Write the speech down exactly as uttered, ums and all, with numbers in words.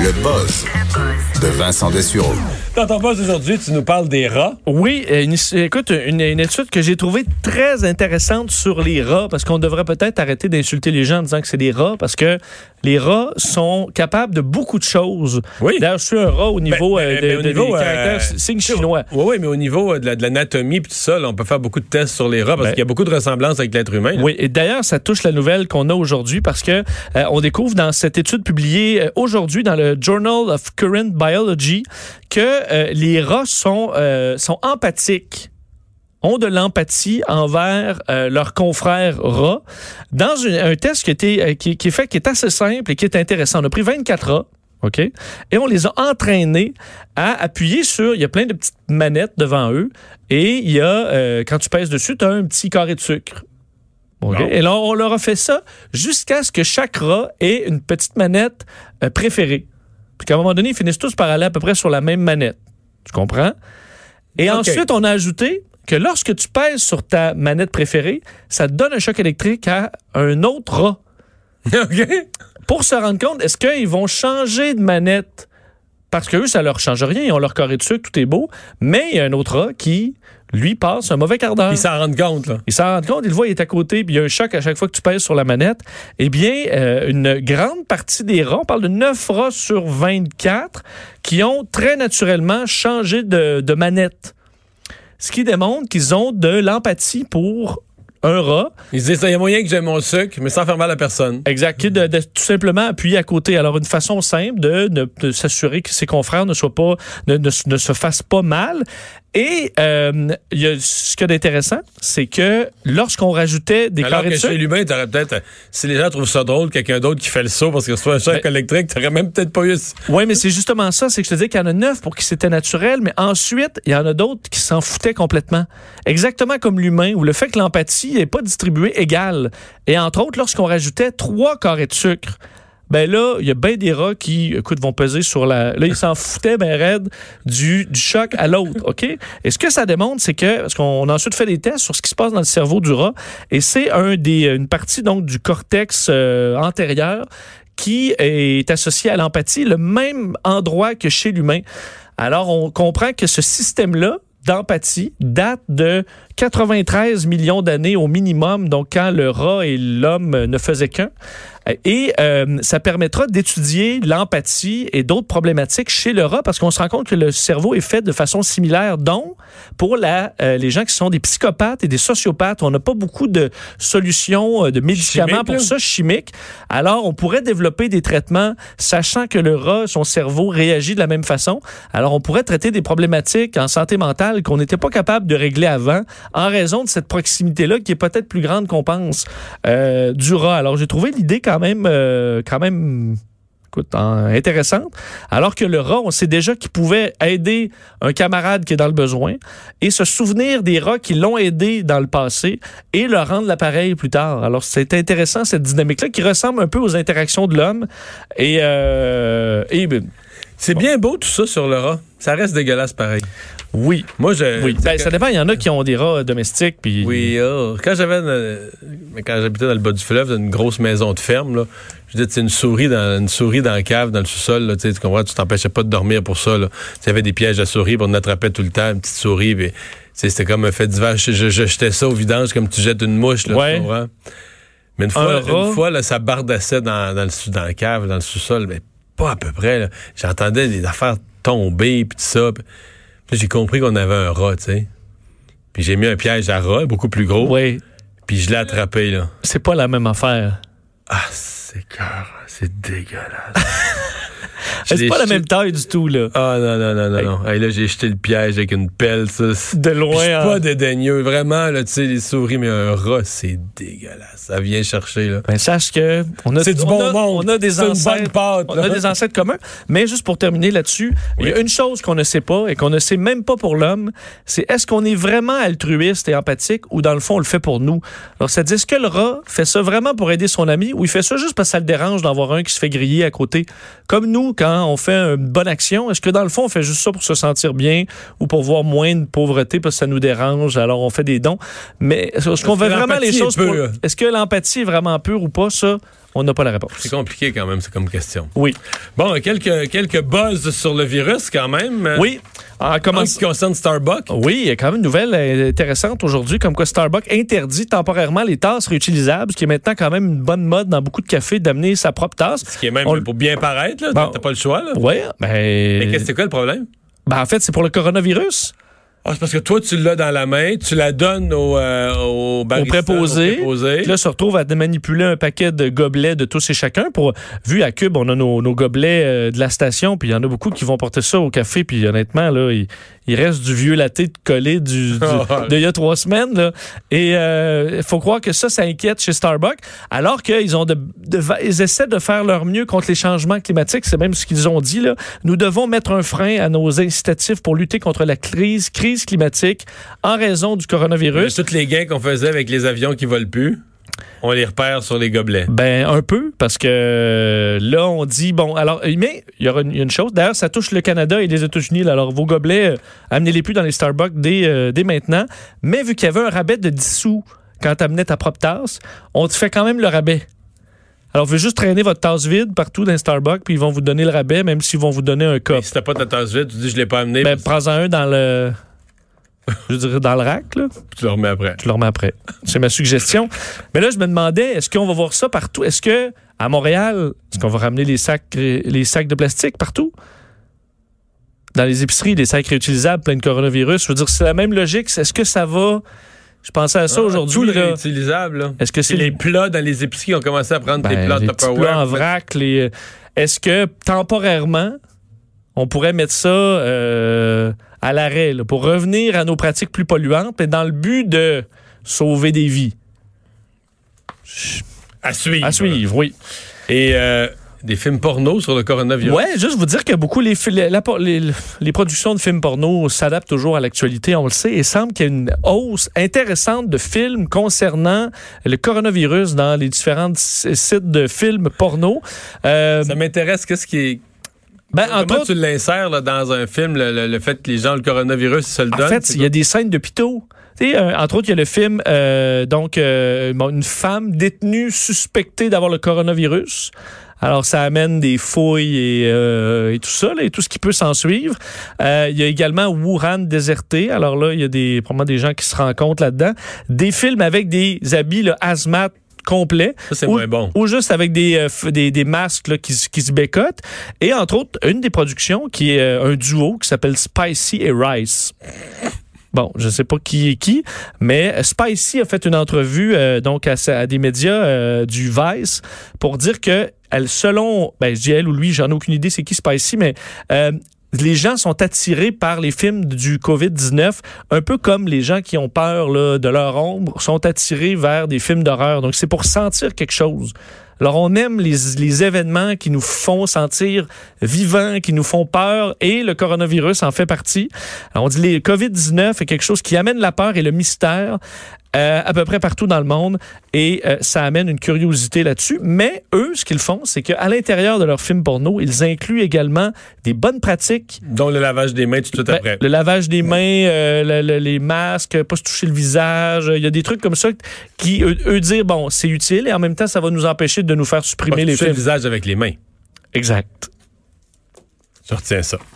Le buzz de Vincent Dessureau. Dans ton buzz aujourd'hui, tu nous parles des rats. Oui, une, écoute, une, une étude que j'ai trouvée très intéressante sur les rats, parce qu'on devrait peut-être arrêter d'insulter les gens en disant que c'est des rats, parce que les rats sont capables de beaucoup de choses. Oui. D'ailleurs, je suis un rat au niveau, ben, euh, ben, de, ben, au de, niveau des euh, caractères signes chinois. Oui, oui, mais au niveau de, la, de l'anatomie et tout ça, là, on peut faire beaucoup de tests sur les rats parce ben, qu'il y a beaucoup de ressemblances avec l'être humain. Là. Oui, et d'ailleurs, ça touche la nouvelle qu'on a aujourd'hui parce que euh, on découvre dans cette étude publiée euh, aujourd'hui dans le Journal of Current Biology que euh, les rats sont, euh, sont empathiques. ont de l'empathie envers euh, leurs confrères rats. Dans une, un test qui, a été, euh, qui, qui est fait, qui est assez simple et qui est intéressant. On a pris vingt-quatre rats, OK? Et on les a entraînés à appuyer sur... Il y a plein de petites manettes devant eux. Et il y a, euh, quand tu pèses dessus, tu as un petit carré de sucre. Okay? Et là, on leur a fait ça jusqu'à ce que chaque rat ait une petite manette euh, préférée. Puis qu'à un moment donné, ils finissent tous par aller à peu près sur la même manette. Tu comprends? Et okay. Ensuite, on a ajouté que lorsque tu pèses sur ta manette préférée, ça te donne un choc électrique à un autre rat. OK. Pour se rendre compte, est-ce qu'ils vont changer de manette? Parce qu'eux, ça leur change rien. Ils ont leur carré de sucre, tout est beau. Mais il y a un autre rat qui, lui, passe un mauvais quart d'heure. Ils s'en rendent compte, là. Ils s'en rendent compte, ils le voient, il est à côté, puis il y a un choc à chaque fois que tu pèses sur la manette. Eh bien, euh, une grande partie des rats, on parle de neuf rats sur vingt-quatre, qui ont très naturellement changé de, de manette. Ce qui démontre qu'ils ont de l'empathie pour un rat. Ils se disent, il y a moyen que j'aime mon sucre, mais sans faire mal à personne. Exact. De, de tout simplement appuyer à côté. Alors, une façon simple de, de, de s'assurer que ses confrères ne soient pas, ne, ne, ne se fassent pas mal. Et euh, y a, ce qu'il y a d'intéressant, c'est que lorsqu'on rajoutait des Alors carrés de que sucre... chez l'humain, t'aurais peut-être... Si les gens trouvent ça drôle, quelqu'un d'autre qui fait le saut parce que soit un choc ben, électrique, t'aurais même peut-être pas eu... Oui, mais c'est justement ça. C'est que je te dis qu'il y en a neuf pour qui c'était naturel, mais ensuite, il y en a d'autres qui s'en foutaient complètement. Exactement comme l'humain, où le fait que l'empathie n'est pas distribuée égale. Et entre autres, lorsqu'on rajoutait trois carrés de sucre, ben là, il y a bien des rats qui, écoute, vont peser sur la... Là, ils s'en foutaient ben raide du, du choc à l'autre, OK? Et ce que ça démontre, c'est que... Parce qu'on a ensuite fait des tests sur ce qui se passe dans le cerveau du rat, et c'est un des, une partie, donc, du cortex euh, antérieur qui est associé à l'empathie, le même endroit que chez l'humain. Alors, on comprend que ce système-là d'empathie date de quatre-vingt-treize millions d'années au minimum, donc quand le rat et l'homme ne faisaient qu'un. Et euh, ça permettra d'étudier l'empathie et d'autres problématiques chez le rat parce qu'on se rend compte que le cerveau est fait de façon similaire. Donc, pour la, euh, les gens qui sont des psychopathes et des sociopathes, on n'a pas beaucoup de solutions, de médicaments chimique, pour là. ça, chimiques. Alors, on pourrait développer des traitements sachant que le rat, son cerveau réagit de la même façon. Alors, on pourrait traiter des problématiques en santé mentale qu'on n'était pas capable de régler avant en raison de cette proximité-là qui est peut-être plus grande qu'on pense euh, du rat. Alors, j'ai trouvé l'idée quand même, euh, quand même écoute, hein, intéressante. Alors que le rat, on sait déjà qu'il pouvait aider un camarade qui est dans le besoin et se souvenir des rats qui l'ont aidé dans le passé et leur rendre l'appareil plus tard. Alors, c'est intéressant, cette dynamique-là, qui ressemble un peu aux interactions de l'homme. Et... Euh, et c'est bon. Bien beau tout ça sur le rat. Ça reste dégueulasse pareil. Oui. Moi, je. Oui. Ben, ça dépend. Il y en a qui ont des rats domestiques. Pis... Oui. Oh. Quand j'avais. Euh, quand j'habitais dans le bas du fleuve, dans une grosse maison de ferme, là, je disais, c'est une souris dans une souris dans la cave, dans le sous-sol. Là, tu comprends? Tu t'empêchais pas de dormir pour ça. Il y avait des pièges à souris, puis on attrapait tout le temps une petite souris. Pis, c'était comme un fait divers. Je, je, je jetais ça au vidange comme tu jettes une mouche. Là, ouais. Tu comprends? Mais une fois, une fois là, ça bardassait dans, dans, le, dans la cave, dans le sous-sol. Mais pas à peu près. Là. J'entendais des affaires tomber, puis tout ça. Pis, puis j'ai compris qu'on avait un rat, tu sais. Puis j'ai mis un piège à rat, beaucoup plus gros. Oui. Puis je l'ai attrapé, là. C'est pas la même affaire. Ah, c'est cœur, c'est dégueulasse. C'est pas jeté... la même taille du tout, là. Ah, non, non, non, non. Hey. non. Hey, là, j'ai jeté le piège avec une pelle, ça. De loin. Je suis hein. pas dédaigneux. Vraiment, là, tu sais, les souris, mais un rat, c'est dégueulasse. Ça vient chercher, là. Ben, sache que. On a, c'est du on bon a, monde. On a des c'est ancêtres. Une bonne pâte, on a des ancêtres communs. Mais juste pour terminer là-dessus, oui. il y a une chose qu'on ne sait pas et qu'on ne sait même pas pour l'homme, c'est est-ce qu'on est vraiment altruiste et empathique ou dans le fond, on le fait pour nous? Alors, ça dit, est-ce que le rat fait ça vraiment pour aider son ami ou il fait ça juste parce que ça le dérange d'avoir un qui se fait griller à côté? Comme nous, nous, quand on fait une bonne action, est-ce que dans le fond, on fait juste ça pour se sentir bien ou pour voir moins de pauvreté parce que ça nous dérange, alors on fait des dons? Mais est-ce qu'on veut vraiment les choses pour... Est-ce que l'empathie est vraiment pure ou pas? Ça, on n'a pas la réponse. C'est compliqué quand même, c'est comme question. Oui. Bon, quelques, quelques buzz sur le virus quand même. Oui. En comment... ce qui concerne Starbucks. Oui, il y a quand même une nouvelle intéressante aujourd'hui, comme quoi Starbucks interdit temporairement les tasses réutilisables, ce qui est maintenant quand même une bonne mode dans beaucoup de cafés d'amener sa propre tasse. Ce qui est même On... pour bien paraître, là. Bon. T'as pas le choix, là. Oui, ben... Mais qu'est-ce que c'est quoi le problème? Ben, en fait, c'est pour le coronavirus. Ah, c'est parce que toi, tu l'as dans la main, tu la donnes au, euh, au barista, au préposé. Au préposé. Là, se retrouve à manipuler un paquet de gobelets de tous et chacun. Pour, vu à Cube, on a nos, nos gobelets euh, de la station, puis il y en a beaucoup qui vont porter ça au café, puis honnêtement, là, il, il reste du vieux latte de collé du, du, d'il y a trois semaines. Là. Et il euh, faut croire que ça, ça inquiète chez Starbucks, alors qu'ils ont de, de, ils essaient de faire leur mieux contre les changements climatiques. C'est même ce qu'ils ont dit. Là. Nous devons mettre un frein à nos incitatifs pour lutter contre la crise, crise climatique en raison du coronavirus. Tous les gains qu'on faisait avec les avions qui volent plus, on les repère sur les gobelets. Ben, un peu, parce que là, on dit, bon, alors, mais il y aura une, une chose, d'ailleurs, ça touche le Canada et les États-Unis, là, alors vos gobelets, euh, amenez-les plus dans les Starbucks dès, euh, dès maintenant, mais vu qu'il y avait un rabais de dix sous quand tu amenais ta propre tasse, on te fait quand même le rabais. Alors, vous pouvez juste traîner votre tasse vide partout dans les Starbucks, puis ils vont vous donner le rabais, même s'ils vont vous donner un cup. Si t'as pas ta tasse vide, tu dis, je l'ai pas amené. Ben, prends-en un dans le... Je dirais dans le rack, là. Tu le remets après. Tu le remets après. C'est ma suggestion. Mais là, je me demandais, est-ce qu'on va voir ça partout? Est-ce que à Montréal, est-ce qu'on va ramener les sacs, les sacs de plastique partout? Dans les épiceries, des sacs réutilisables pleins de coronavirus. Je veux dire, c'est la même logique. Est-ce que ça va... Je pensais à ça ah, aujourd'hui. Tout le là. réutilisable. Là. Est-ce que c'est les plats dans les épiceries qui ont commencé à prendre ben, des plats les Tupperware? Plats en vrac. Les... Est-ce que temporairement, on pourrait mettre ça euh, à l'arrêt là, pour revenir à nos pratiques plus polluantes, mais dans le but de sauver des vies? À suivre. À suivre, oui. Et euh, des films porno sur le coronavirus. Ouais, juste vous dire que beaucoup les, les, les, les productions de films porno s'adaptent toujours à l'actualité, on le sait, et il semble qu'il y a une hausse intéressante de films concernant le coronavirus dans les différents sites de films porno. Euh, Ça m'intéresse, qu'est-ce qui est... Ben, Comment autres, tu l'insères là, dans un film, le, le, le fait que les gens, le coronavirus, ils se le donnent? En fait, il y a des scènes d'hôpitaux. Tu sais, euh, entre autres, il y a le film, euh, donc, euh, une femme détenue suspectée d'avoir le coronavirus. Alors, ça amène des fouilles et, euh, et tout ça, là, et tout ce qui peut s'en suivre. Euh, il y a également Wuhan déserté. Alors là, il y a des, probablement des gens qui se rencontrent là-dedans. Des films avec des habits là, hazmat complet. Ça, c'est ou, moins bon. Ou juste avec des, euh, des, des masques là, qui, qui se bécotent. Et entre autres, une des productions qui est euh, un duo qui s'appelle Spicy et Rice. Bon, je ne sais pas qui est qui, mais Spicy a fait une entrevue euh, donc à, à des médias euh, du Vice pour dire que elle, selon, ben je dis elle ou lui, j'en ai aucune idée c'est qui Spicy, mais euh, les gens sont attirés par les films du covid dix-neuf, un peu comme les gens qui ont peur là, de leur ombre sont attirés vers des films d'horreur. Donc, c'est pour sentir quelque chose. Alors, on aime les, les événements qui nous font sentir vivants, qui nous font peur, et le coronavirus en fait partie. Alors, on dit que le covid dix-neuf est quelque chose qui amène la peur et le mystère euh, à peu près partout dans le monde, et euh, ça amène une curiosité là-dessus. Mais eux, ce qu'ils font, c'est qu'à l'intérieur de leurs films porno, ils incluent également des bonnes pratiques. Dont le lavage des mains tout de suite ben, après. Le lavage des mains, euh, le, le, les masques, pas se toucher le visage. Il y a des trucs comme ça qui, eux, eux dire, bon, c'est utile, et en même temps, ça va nous empêcher de nous faire supprimer pas les toucher films. le visage avec les mains. Exact. Je retiens ça.